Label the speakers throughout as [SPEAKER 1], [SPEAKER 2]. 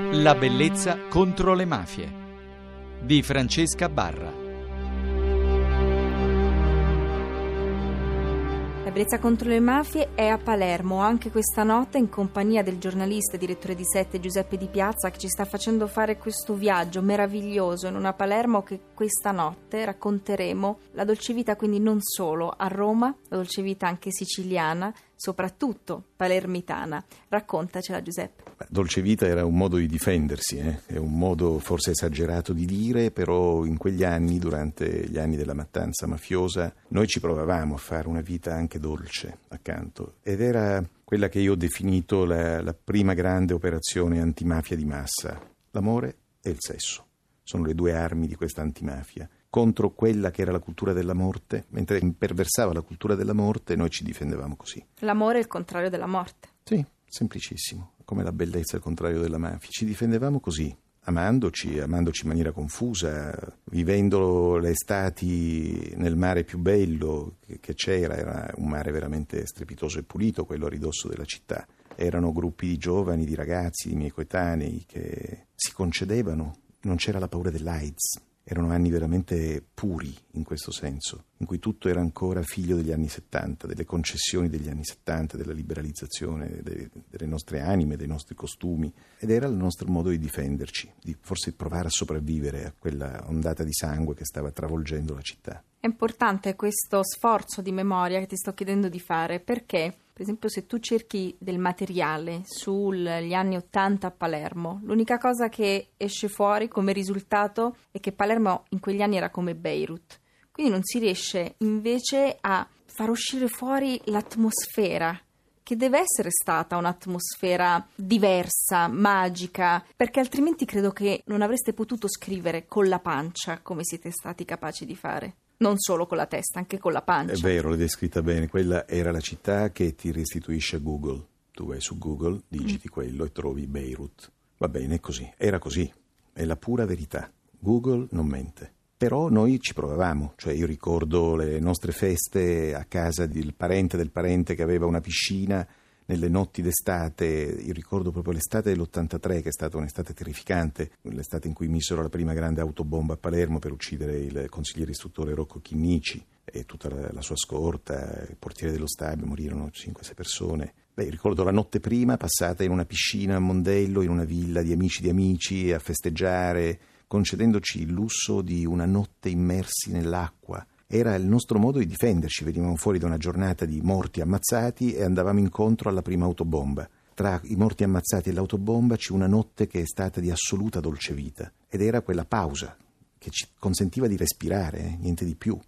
[SPEAKER 1] La bellezza contro le mafie di Francesca Barra.
[SPEAKER 2] La bellezza contro le mafie è a Palermo anche questa notte in compagnia del giornalista e direttore di Sette Giuseppe Di Piazza, che ci sta facendo fare questo viaggio meraviglioso in una Palermo che questa notte racconteremo la dolce vita, quindi non solo a Roma, la dolce vita anche siciliana, soprattutto palermitana. Raccontacela, Giuseppe.
[SPEAKER 3] Dolce vita era un modo di difendersi, è un modo forse esagerato di dire, però in quegli anni, durante gli anni della mattanza mafiosa, noi ci provavamo a fare una vita anche dolce accanto, ed era quella che io ho definito la prima grande operazione antimafia di massa. L'amore e il sesso sono le due armi di questa antimafia. Contro quella che era la cultura della morte, mentre imperversava la cultura della morte, noi ci difendevamo così.
[SPEAKER 2] L'amore è il contrario della morte.
[SPEAKER 3] Sì, semplicissimo, come la bellezza è il contrario della mafia. Ci difendevamo così, amandoci in maniera confusa, vivendo le estati nel mare più bello che c'era. Era un mare veramente strepitoso e pulito, quello a ridosso della città. Erano gruppi di giovani, di ragazzi, di miei coetanei che si concedevano. Non c'era la paura dell'AIDS. Erano anni veramente puri in questo senso, in cui tutto era ancora figlio degli anni 70, delle concessioni degli anni 70, della liberalizzazione delle nostre anime, dei nostri costumi. Ed era il nostro modo di difenderci, di forse provare a sopravvivere a quella ondata di sangue che stava travolgendo la città.
[SPEAKER 2] È importante questo sforzo di memoria che ti sto chiedendo di fare, perché, per esempio, se tu cerchi del materiale sugli anni 80 a Palermo, l'unica cosa che esce fuori come risultato è che Palermo in quegli anni era come Beirut. Quindi non si riesce invece a far uscire fuori l'atmosfera, che deve essere stata un'atmosfera diversa, magica, perché altrimenti credo che non avreste potuto scrivere con la pancia come siete stati capaci di fare. Non solo con la testa, anche con la pancia.
[SPEAKER 3] È vero, l'hai descritta bene. Quella era la città che ti restituisce Google. Tu vai su Google, digiti quello e trovi Beirut. Va bene, è così. Era così. È la pura verità. Google non mente. Però noi ci provavamo. Cioè, io ricordo le nostre feste a casa del parente che aveva una piscina. Nelle notti d'estate, io ricordo proprio l'estate dell'83, che è stata un'estate terrificante, l'estate in cui misero la prima grande autobomba a Palermo per uccidere il consigliere istruttore Rocco Chinnici e tutta la sua scorta, il portiere dello stabio, morirono 5-6 persone. Ricordo la notte prima passata in una piscina a Mondello, in una villa di amici, a festeggiare, concedendoci il lusso di una notte immersi nell'acqua. Era il nostro modo di difenderci. Venivamo fuori da una giornata di morti ammazzati e andavamo incontro alla prima autobomba. Tra i morti ammazzati e l'autobomba c'è una notte che è stata di assoluta dolce vita, ed era quella pausa che ci consentiva di respirare, niente di più.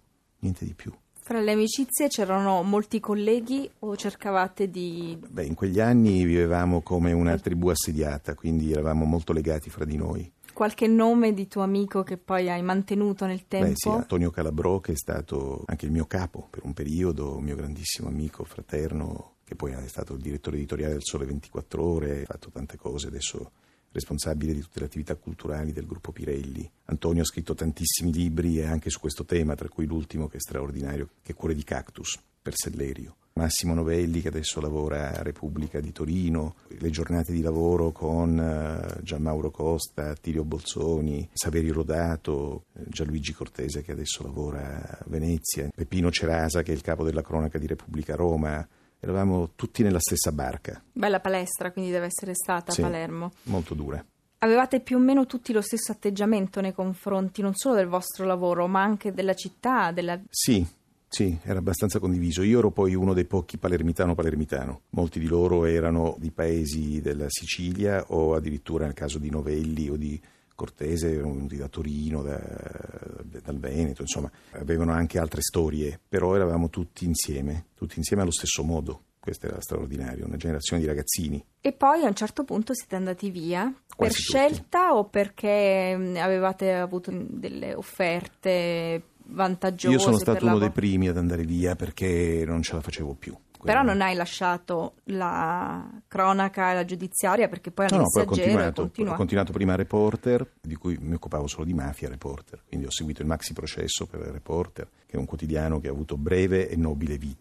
[SPEAKER 2] Fra le amicizie c'erano molti colleghi o cercavate di...
[SPEAKER 3] In quegli anni vivevamo come una tribù assediata, quindi eravamo molto legati fra di noi.
[SPEAKER 2] Qualche nome di tuo amico che poi hai mantenuto nel tempo?
[SPEAKER 3] Sì, Antonio Calabrò, che è stato anche il mio capo per un periodo, un mio grandissimo amico, fraterno, che poi è stato il direttore editoriale del Sole 24 Ore, ha fatto tante cose, adesso responsabile di tutte le attività culturali del gruppo Pirelli. Antonio ha scritto tantissimi libri anche su questo tema, tra cui l'ultimo che è straordinario, che è Cuore di Cactus, per Sellerio. Massimo Novelli, che adesso lavora a Repubblica di Torino, le giornate di lavoro con Gianmauro Costa, Attilio Bolzoni, Saverio Rodato, Gianluigi Cortese, che adesso lavora a Venezia, Peppino Cerasa, che è il capo della cronaca di Repubblica Roma. Eravamo tutti nella stessa barca.
[SPEAKER 2] Bella palestra, quindi deve essere stata a Palermo.
[SPEAKER 3] Molto dura.
[SPEAKER 2] Avevate più o meno tutti lo stesso atteggiamento nei confronti non solo del vostro lavoro, ma anche della città, della...
[SPEAKER 3] Sì, era abbastanza condiviso. Io ero poi uno dei pochi palermitano. Molti di loro erano di paesi della Sicilia, o addirittura nel caso di Novelli o di Cortese erano venuti da Torino, dal Veneto, insomma, avevano anche altre storie, però eravamo tutti insieme allo stesso modo. Questo era straordinario, una generazione di ragazzini.
[SPEAKER 2] E poi a un certo punto siete andati via,
[SPEAKER 3] Quasi
[SPEAKER 2] per
[SPEAKER 3] tutti.
[SPEAKER 2] Scelta o perché avevate avuto delle offerte vantaggiose?
[SPEAKER 3] Io sono stato uno
[SPEAKER 2] lavoro?
[SPEAKER 3] dei primi ad andare via perché non ce la facevo più.
[SPEAKER 2] Però non hai lasciato la cronaca e la giudiziaria, perché poi al Messaggero
[SPEAKER 3] ho continuato prima a Reporter, di cui mi occupavo solo di mafia a Reporter, quindi ho seguito il maxi processo per Reporter, che è un quotidiano che ha avuto breve e nobile vita.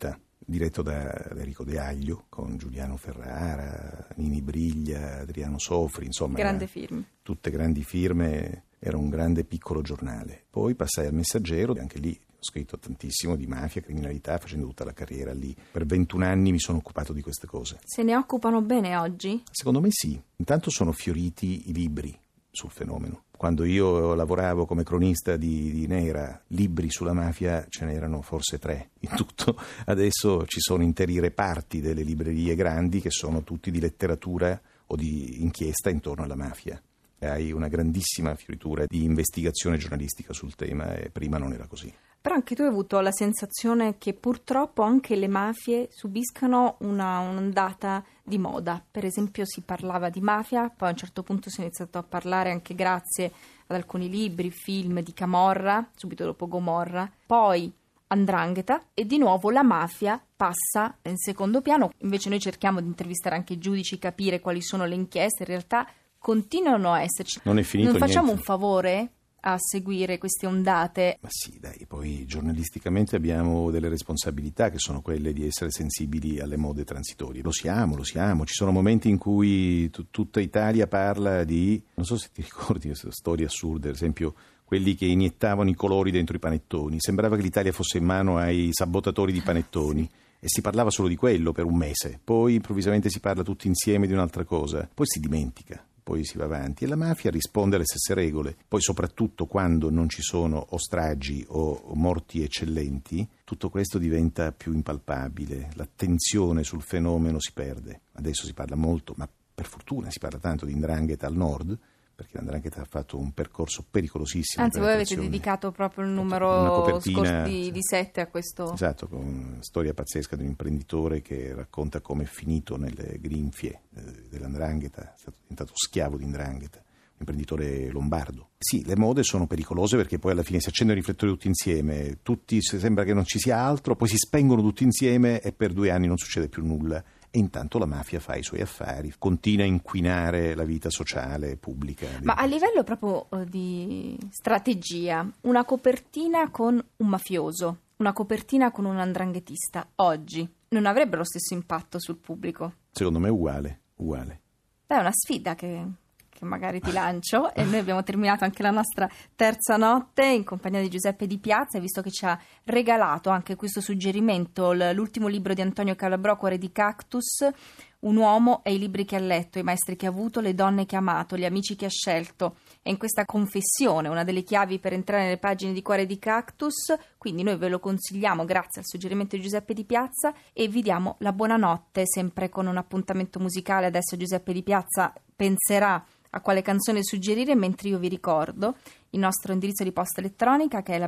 [SPEAKER 3] diretto da Enrico De Aglio, con Giuliano Ferrara, Nini Briglia, Adriano Sofri, insomma.
[SPEAKER 2] Grande firme.
[SPEAKER 3] Tutte grandi firme, era un grande piccolo giornale. Poi passai al Messaggero, e anche lì ho scritto tantissimo di mafia, criminalità, facendo tutta la carriera lì. Per 21 anni mi sono occupato di queste cose.
[SPEAKER 2] Se ne occupano bene oggi?
[SPEAKER 3] Secondo me sì. Intanto sono fioriti i libri sul fenomeno. Quando io lavoravo come cronista di Nera, libri sulla mafia ce n'erano forse 3 in tutto. Adesso ci sono interi reparti delle librerie grandi che sono tutti di letteratura o di inchiesta intorno alla mafia. Hai una grandissima fioritura di investigazione giornalistica sul tema e prima non era così.
[SPEAKER 2] Però anche tu hai avuto la sensazione che purtroppo anche le mafie subiscano un'ondata di moda. Per esempio si parlava di mafia, poi a un certo punto si è iniziato a parlare anche grazie ad alcuni libri, film di Camorra, subito dopo Gomorra, poi 'Ndrangheta e di nuovo la mafia passa in secondo piano. Invece noi cerchiamo di intervistare anche i giudici, capire quali sono le inchieste, in realtà continuano a esserci.
[SPEAKER 3] Non è finito
[SPEAKER 2] niente. Non facciamo
[SPEAKER 3] niente.
[SPEAKER 2] Un favore a seguire queste ondate?
[SPEAKER 3] Ma sì, dai, poi giornalisticamente abbiamo delle responsabilità che sono quelle di essere sensibili alle mode transitorie. Lo siamo. Ci sono momenti in cui tutta Italia parla di, non so se ti ricordi queste storie assurde, ad esempio quelli che iniettavano i colori dentro i panettoni. Sembrava che l'Italia fosse in mano ai sabotatori di panettoni. E si parlava solo di quello per un mese. Poi improvvisamente si parla tutti insieme di un'altra cosa. Poi si dimentica. Poi si va avanti e la mafia risponde alle stesse regole. Poi soprattutto quando non ci sono o stragi o morti eccellenti, tutto questo diventa più impalpabile, l'attenzione sul fenomeno si perde. Adesso si parla molto, ma per fortuna si parla tanto di 'Ndrangheta al nord, perché l'Ndrangheta ha fatto un percorso pericolosissimo.
[SPEAKER 2] Anzi, voi avete dedicato proprio il numero scorso di 7 a questo.
[SPEAKER 3] Esatto, con una storia pazzesca di un imprenditore che racconta come è finito nelle grinfie dell'Ndrangheta, è stato diventato schiavo di 'Ndrangheta, un imprenditore lombardo. Sì, le mode sono pericolose perché poi alla fine si accendono i riflettori tutti insieme, sembra che non ci sia altro, poi si spengono tutti insieme e per 2 anni non succede più nulla. E intanto la mafia fa i suoi affari, continua a inquinare la vita sociale, pubblica.
[SPEAKER 2] Ma a livello proprio di strategia, una copertina con un mafioso, una copertina con un 'ndranghetista, oggi non avrebbe lo stesso impatto sul pubblico?
[SPEAKER 3] Secondo me è uguale.
[SPEAKER 2] Beh, è una sfida che magari ti lancio, e noi abbiamo terminato anche la nostra terza notte in compagnia di Giuseppe Di Piazza, e visto che ci ha regalato anche questo suggerimento, l'ultimo libro di Antonio Calabrò, Cuore di Cactus, Un uomo e i libri che ha letto, i maestri che ha avuto, le donne che ha amato, gli amici che ha scelto. E in questa confessione, una delle chiavi per entrare nelle pagine di Cuore di Cactus, quindi noi ve lo consigliamo grazie al suggerimento di Giuseppe Di Piazza, e vi diamo la buonanotte sempre con un appuntamento musicale. Adesso Giuseppe Di Piazza penserà a quale canzone suggerire, mentre io vi ricordo il nostro indirizzo di posta elettronica, che è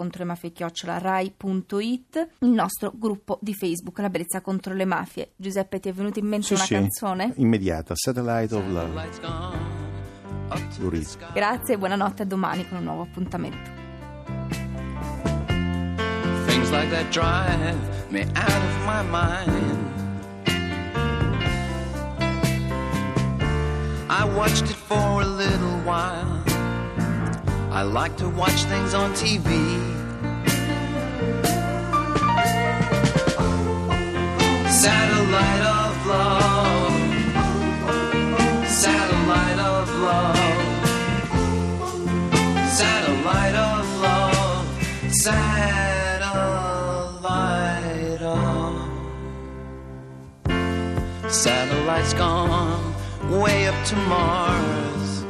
[SPEAKER 2] labellezzacontrolemaFie@rai.it, il nostro gruppo di Facebook La Bellezza contro le Mafie. Giuseppe, ti è venuta in mente una canzone?
[SPEAKER 3] Immediata, Satellite of Love.
[SPEAKER 2] Grazie e buonanotte, a domani con un nuovo appuntamento.
[SPEAKER 4] Things like that drive me out of my mind. I watched it for a little while. I like to watch things on TV. Satellite of love. Satellite of love. Satellite of love. Satellite of. Satellite's gone way up to Mars.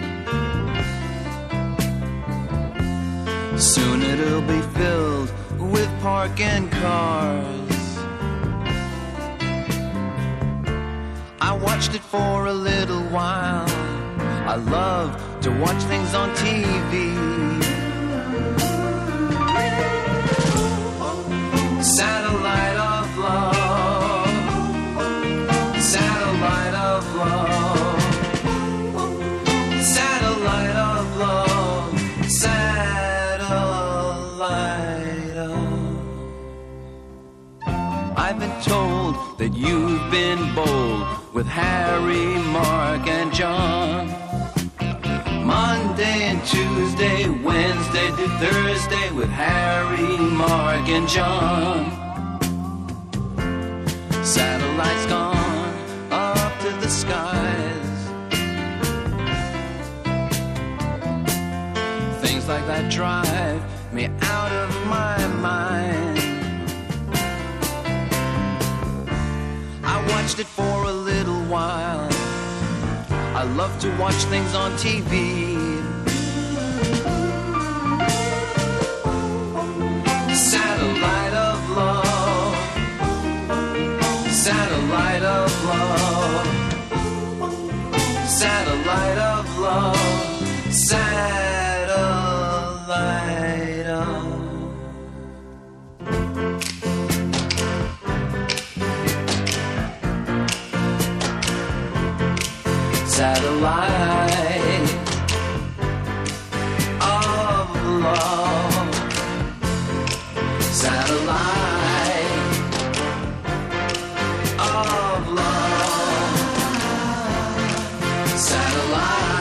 [SPEAKER 4] Soon it'll be filled with parking cars. I watched it for a little while. I love to watch things on TV. Satellite of love. Satellite of love. Satellite of love. Satellite of. I've been told that you've been bold with Harry, Mark, and John. Monday and Tuesday, Wednesday to Thursday with Harry, Mark, and John. Satellites gone up to the skies. Things like that drive me out of my mind. I watched it for a little while. I love to watch things on TV. Satellite of love. Satellite of love. Satellite of love. Satellite of. Satellite of love. Satellite of love. Satellite.